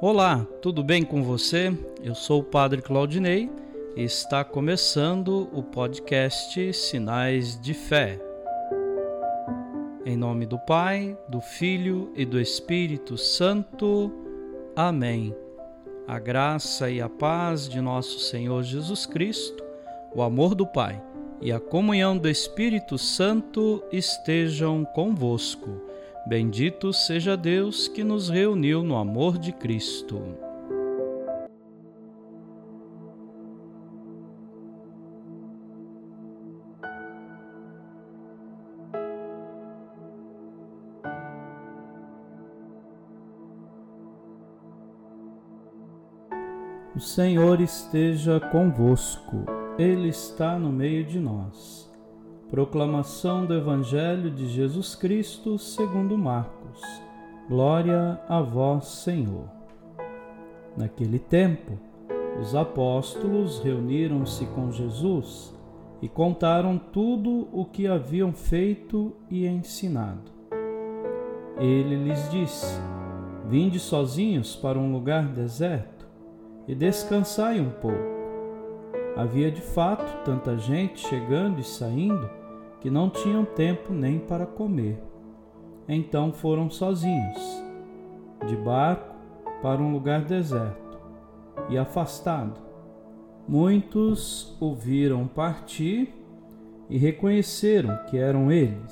Olá, tudo bem com você? Eu sou o Padre Claudinei e está começando o podcast Sinais de Fé. Em nome do Pai, do Filho e do Espírito Santo. Amém. A graça e a paz de nosso Senhor Jesus Cristo, o amor do Pai e a comunhão do Espírito Santo estejam convosco. Bendito seja Deus que nos reuniu no amor de Cristo. O Senhor esteja convosco, Ele está no meio de nós. Proclamação do Evangelho de Jesus Cristo segundo Marcos. Glória a vós, Senhor. Naquele tempo, os apóstolos reuniram-se com Jesus e contaram tudo o que haviam feito e ensinado. Ele lhes disse: Vinde sozinhos para um lugar deserto e descansai um pouco. Havia de fato tanta gente chegando e saindo que não tinham tempo nem para comer. Então foram sozinhos, de barco, para um lugar deserto e afastado. Muitos o viram partir e reconheceram que eram eles.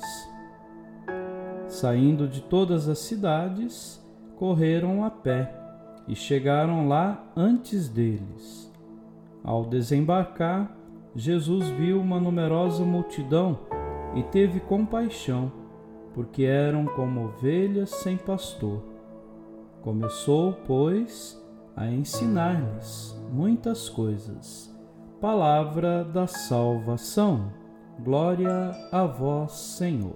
Saindo de todas as cidades, correram a pé e chegaram lá antes deles. Ao desembarcar, Jesus viu uma numerosa multidão e teve compaixão, porque eram como ovelhas sem pastor. Começou, pois, a ensinar-lhes muitas coisas. Palavra da salvação. Glória a vós, Senhor.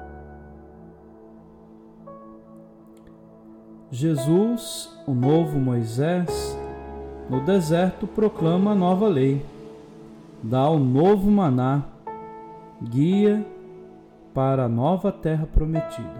Jesus, o novo Moisés, no deserto proclama a nova lei, dá o novo maná, guia para a nova terra prometida.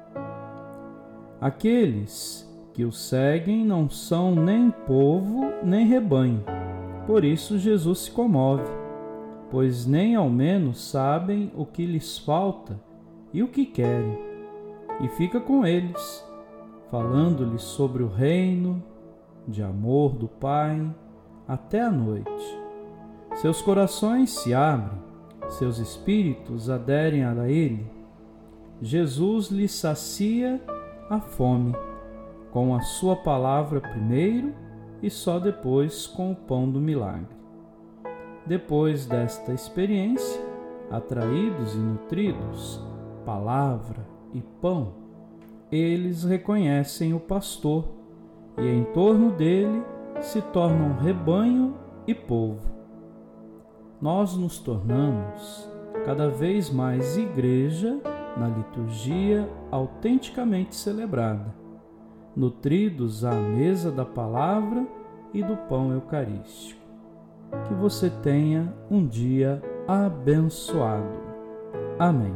Aqueles que o seguem não são nem povo nem rebanho, por isso Jesus se comove, pois nem ao menos sabem o que lhes falta e o que querem, e fica com eles, falando-lhes sobre o reino de amor do Pai até a noite. Seus corações se abrem, seus espíritos aderem a Ele. Jesus lhes sacia a fome, com a sua palavra primeiro e só depois com o pão do milagre. Depois desta experiência, atraídos e nutridos, palavra e pão, eles reconhecem o pastor e em torno dele se tornam rebanho e povo. Nós nos tornamos cada vez mais igreja na liturgia autenticamente celebrada, nutridos à mesa da palavra e do pão eucarístico. Que você tenha um dia abençoado. Amém.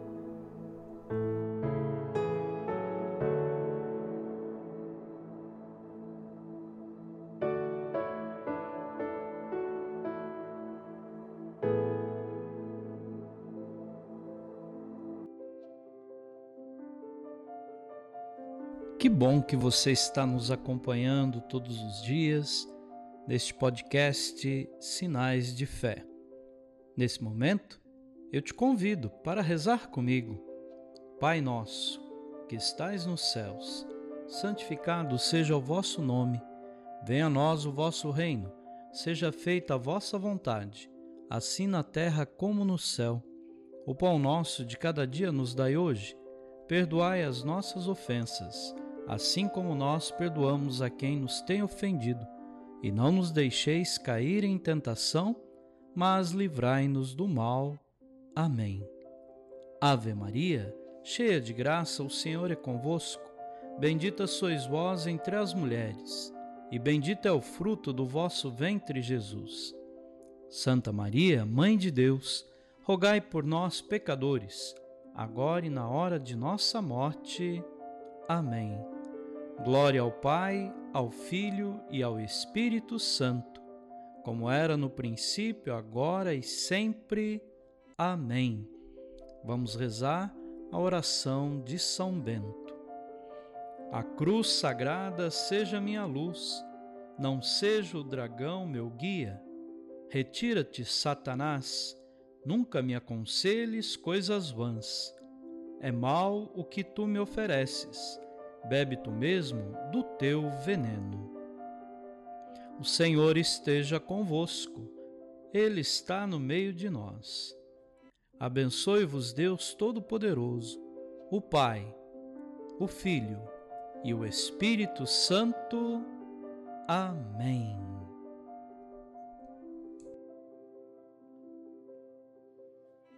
Que bom que você está nos acompanhando todos os dias neste podcast Sinais de Fé. Nesse momento, eu te convido para rezar comigo. Pai nosso, que estais nos céus, santificado seja o vosso nome. Venha a nós o vosso reino. Seja feita a vossa vontade, assim na terra como no céu. O pão nosso de cada dia nos dai hoje. Perdoai as nossas ofensas, assim como nós perdoamos a quem nos tem ofendido. E não nos deixeis cair em tentação, mas livrai-nos do mal. Amém. Ave Maria, cheia de graça, o Senhor é convosco. Bendita sois vós entre as mulheres, e bendito é o fruto do vosso ventre, Jesus. Santa Maria, Mãe de Deus, rogai por nós, pecadores, agora e na hora de nossa morte. Amém. Glória ao Pai, ao Filho e ao Espírito Santo, como era no princípio, agora e sempre. Amém. Vamos rezar a oração de São Bento. A cruz sagrada seja minha luz, não seja o dragão meu guia. Retira-te, Satanás, nunca me aconselhes coisas vãs. É mal o que tu me ofereces, bebe tu mesmo do teu veneno. O Senhor esteja convosco, Ele está no meio de nós. Abençoe-vos Deus Todo-Poderoso, o Pai, o Filho e o Espírito Santo. Amém.